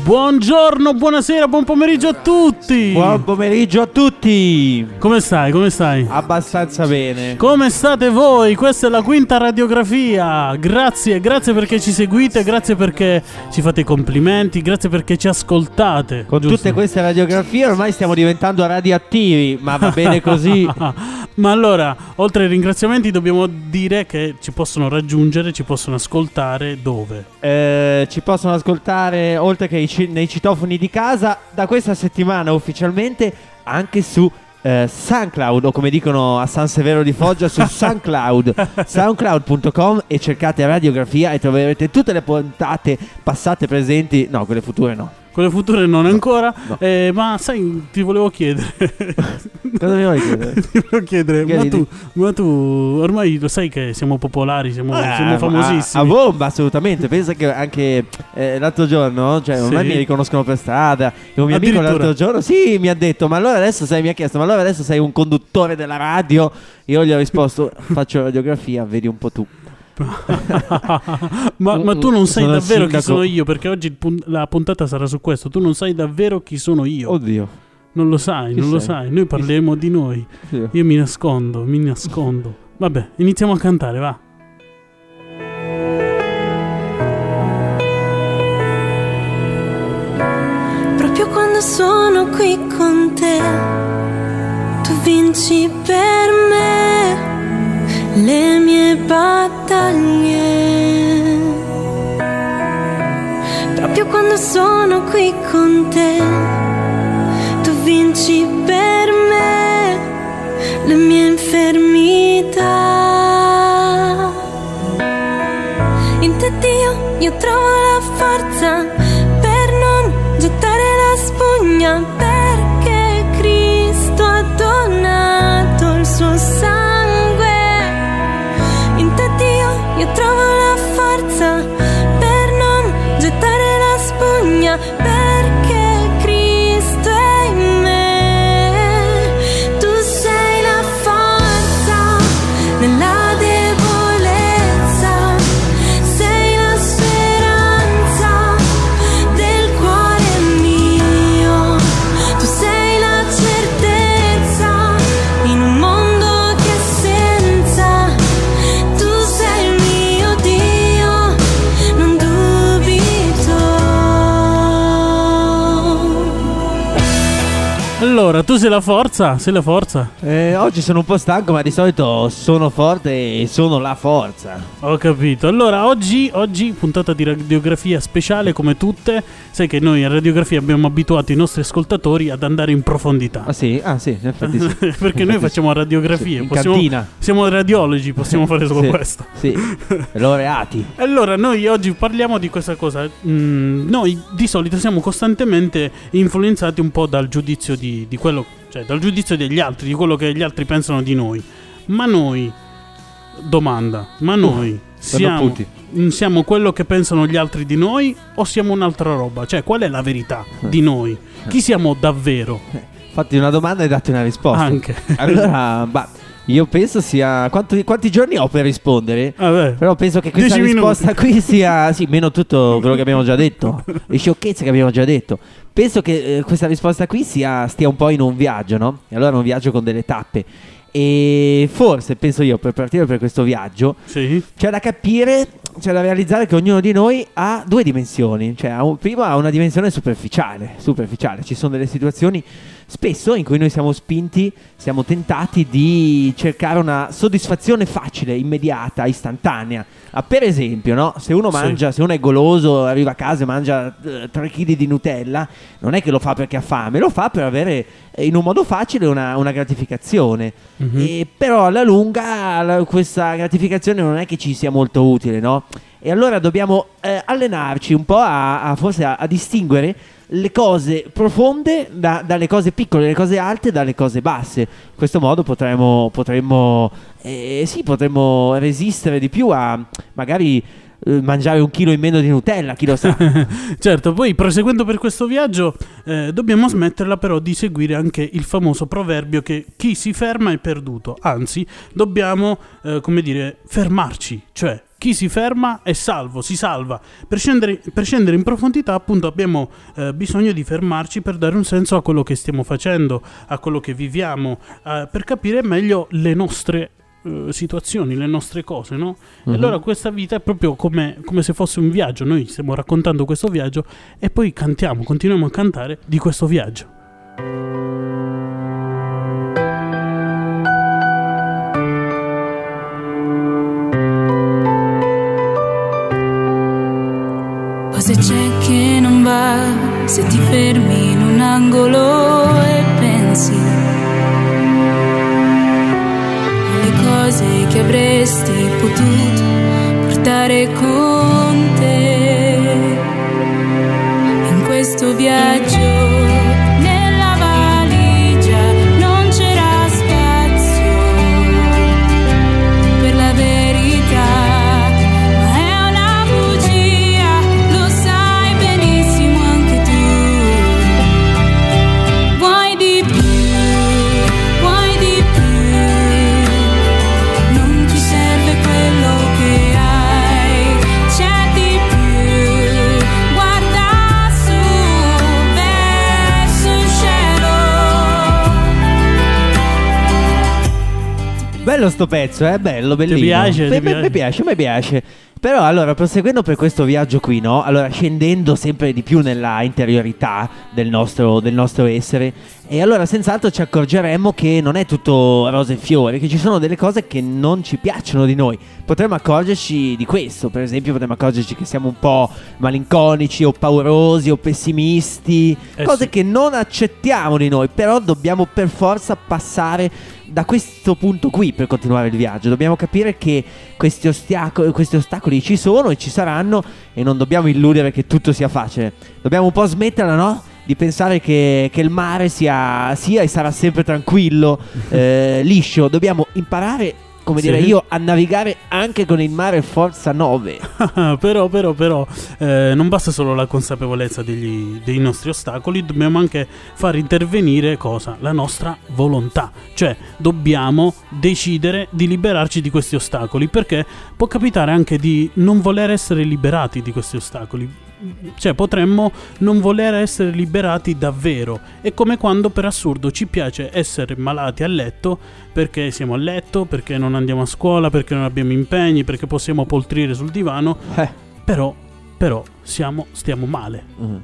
Buongiorno, buonasera, buon pomeriggio a tutti. Buon pomeriggio a tutti. Come stai? Come stai? Abbastanza bene. Come state voi? Questa è la quinta radiografia. Grazie perché ci seguite, grazie perché ci fate i complimenti, grazie perché ci ascoltate. Con giusto? Tutte queste radiografie ormai stiamo diventando radioattivi, ma va bene così. Ma allora, oltre ai ringraziamenti dobbiamo dire che ci possono raggiungere, ci possono ascoltare dove? Ci possono ascoltare oltre che nei citofoni di casa da questa settimana ufficialmente anche su SoundCloud, o come dicono a San Severo di Foggia, su SoundCloud, soundcloud.com, e cercate radiografia e troverete tutte le puntate passate, presenti, no, quelle future no. Quelle future non ancora, no. Ma sai, ti volevo chiedere. Cosa mi vuoi chiedere? Ti volevo chiedere, ma tu ormai lo sai che siamo popolari, siamo famosissimi. A bomba, assolutamente. Pensa che anche l'altro giorno, cioè ormai mi riconoscono per strada. E un mio amico l'altro giorno mi ha detto: ma allora adesso mi ha chiesto, ma allora adesso sei un conduttore della radio? Io gli ho risposto: faccio radiografia, vedi un po' tu. ma tu non sai davvero chi sono io, perché oggi la puntata sarà su questo. Tu non sai davvero chi sono io. Oddio. Non lo sai, lo sai. Noi parleremo di noi. Sì. Io mi nascondo. Vabbè, iniziamo a cantare, va. Proprio quando sono qui con te, tu vinci per me le mie battaglie. Proprio quando sono qui con te, tu vinci per me le mie infermità. In te io trovo la forza per non gettare la spugna, perché Cristo ha donato il suo sangue. Io trovo la forza per non gettare la spugna, perché Cristo è in me. Tu sei la forza nella debolezza, sei la speranza del cuore mio. Tu sei la certezza in un mondo che senza. Tu sei il mio Dio, non dubito. Allora, tu sei la forza? Sei la forza? Oggi sono un po' stanco, ma di solito sono forte e sono la forza. Ho capito. Allora, oggi puntata di radiografia speciale come tutte. Sai che noi a radiografia abbiamo abituato i nostri ascoltatori ad andare in profondità. Ah sì, in effetti sì. Perché noi facciamo radiografie, sì, in cantina. Siamo radiologi, possiamo fare solo questo. Sì, laureati. Allora, noi oggi parliamo di questa cosa. Noi di solito siamo costantemente influenzati un po' dal giudizio di quello, cioè dal giudizio degli altri, di quello che gli altri pensano di noi. Ma noi, siamo quello che pensano gli altri di noi, o siamo un'altra roba? Cioè, qual è la verità di noi? Chi siamo davvero? Fatti una domanda e datti una risposta. Anche. Allora, io penso sia... Quanti giorni ho per rispondere? Però penso che questa risposta qui sia... Sì, meno tutto quello che abbiamo già detto, le sciocchezze che abbiamo già detto. Penso che questa risposta qui stia un po' in un viaggio, no? E allora un viaggio con delle tappe. E forse, penso io, per partire per questo viaggio, sì, c'è da capire, c'è da realizzare che ognuno di noi ha due dimensioni. Cioè, prima ha una dimensione superficiale. Ci sono delle situazioni spesso in cui noi siamo spinti, siamo tentati di cercare una soddisfazione facile, immediata, istantanea. Per esempio, no? Se uno mangia, se uno è goloso, arriva a casa e mangia 3 kg di Nutella, non è che lo fa perché ha fame, lo fa per avere in un modo facile una gratificazione. E però alla lunga questa gratificazione non è che ci sia molto utile, no? E allora dobbiamo allenarci un po' forse a distinguere le cose profonde dalle cose piccole, le cose alte dalle cose basse. In questo modo potremmo resistere di più a magari mangiare 1 chilo in meno di Nutella, chi lo sa. Certo, poi proseguendo per questo viaggio dobbiamo smetterla però di seguire anche il famoso proverbio che chi si ferma è perduto, anzi dobbiamo fermarci, cioè chi si ferma è salvo, si salva. Per scendere in profondità appunto abbiamo bisogno di fermarci per dare un senso a quello che stiamo facendo, a quello che viviamo, per capire meglio le nostre situazioni, le nostre cose, no? E allora questa vita è proprio come se fosse un viaggio. Noi stiamo raccontando questo viaggio e poi continuiamo a cantare di questo viaggio. Cosa c'è che non va se ti fermi in un angolo e pensi alle cose che avresti potuto portare con te in questo viaggio? Nella valigia non c'era spazio per la verità. Bello sto pezzo, è bello, bellino. Ti piace? Mi piace. Però allora, proseguendo per questo viaggio qui, no? Allora, scendendo sempre di più nella interiorità del nostro essere, e allora senz'altro ci accorgeremo che non è tutto rose e fiori, che ci sono delle cose che non ci piacciono di noi. Potremmo accorgerci di questo, per esempio potremmo accorgerci che siamo un po' malinconici o paurosi o pessimisti, cose che non accettiamo di noi, però dobbiamo per forza passare da questo punto qui per continuare il viaggio. Dobbiamo capire che questi ostacoli ci sono e ci saranno, e non dobbiamo illudere che tutto sia facile. Dobbiamo un po' smetterla, no? Di pensare che il mare sia e sarà sempre tranquillo, liscio. Dobbiamo imparare, come dire io, a navigare anche con il mare forza 9. Però non basta solo la consapevolezza dei nostri ostacoli, dobbiamo anche far intervenire cosa? La nostra volontà. Cioè dobbiamo decidere di liberarci di questi ostacoli, perché può capitare anche di non voler essere liberati di questi ostacoli. Cioè potremmo non voler essere liberati davvero. È come quando per assurdo ci piace essere malati a letto, perché siamo a letto, perché non andiamo a scuola, perché non abbiamo impegni, perché possiamo poltrire sul divano. Però stiamo male.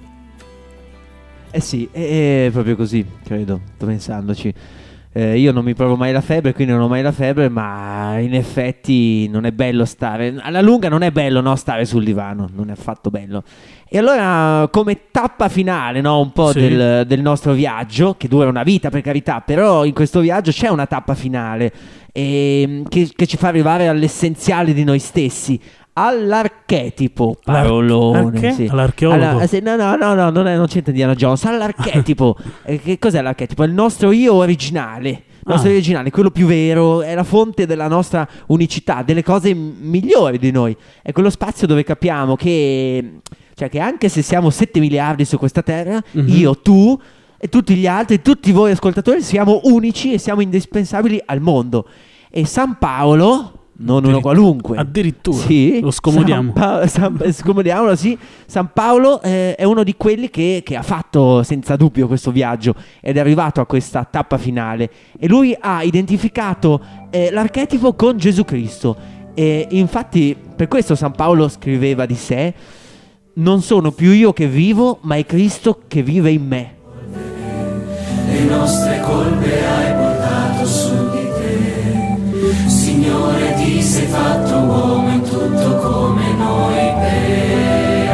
Sì, è proprio così, credo. Sto pensandoci. Io non mi provo mai la febbre, quindi non ho mai la febbre, ma in effetti non è bello stare, alla lunga non è bello, no, stare sul divano, non è affatto bello. E allora, come tappa finale, no, un po' del nostro viaggio, che dura una vita per carità, però in questo viaggio c'è una tappa finale che ci fa arrivare all'essenziale di noi stessi, all'archetipo. Parolone, sì. All'archeologo. No, non c'entra Indiana Jones. All'archetipo. Che cos'è l'archetipo? È il nostro io originale. Il nostro io originale, quello più vero, è la fonte della nostra unicità, delle cose migliori di noi. È quello spazio dove capiamo che anche se siamo 7 miliardi su questa terra, io, tu e tutti gli altri, tutti voi ascoltatori, siamo unici e siamo indispensabili al mondo. E San Paolo, non uno qualunque, addirittura, sì, lo scomodiamo. Scomodiamolo, sì. San Paolo è uno di quelli che ha fatto senza dubbio questo viaggio ed è arrivato a questa tappa finale, e lui ha identificato l'archetipo con Gesù Cristo, e infatti per questo San Paolo scriveva di sé: non sono più io che vivo, ma è Cristo che vive in me. Le nostre colpe hai portato su di te, Signore, ti sei fatto uomo in tutto come noi per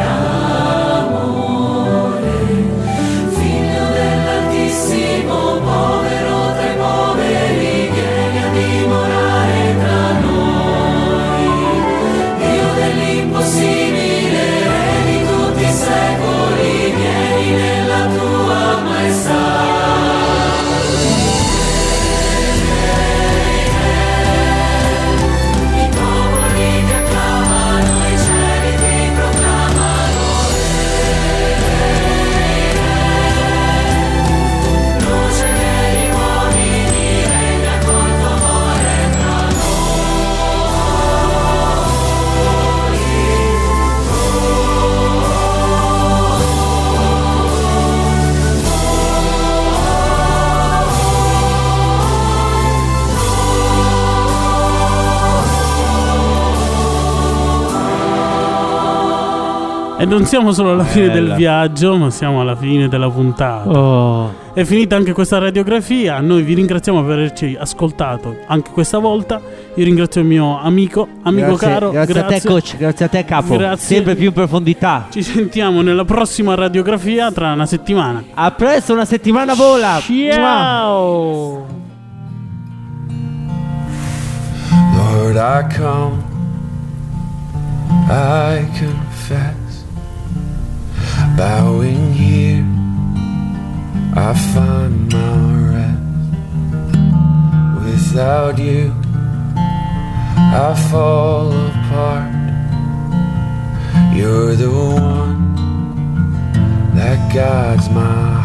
amore, figlio dell'Altissimo, povero tra i poveri, vieni a dimorare tra noi, Dio dell'impossibile, re di tutti i secoli, vieni nella tua maestà. I popoli che acclamano i cieli. E non siamo solo alla fine del Bella. viaggio, ma siamo alla fine della puntata. Oh. È finita anche questa radiografia. Noi vi ringraziamo per averci ascoltato anche questa volta. Io ringrazio il mio amico Grazie, caro. grazie a te, coach. Grazie a te, capo. Grazie. Sempre più in profondità. Ci sentiamo nella prossima radiografia tra una settimana. A presto, una settimana vola. Ciao. Lord, I come, I confess, bowing here, I find my rest. Without you, I fall apart. You're the one that guides my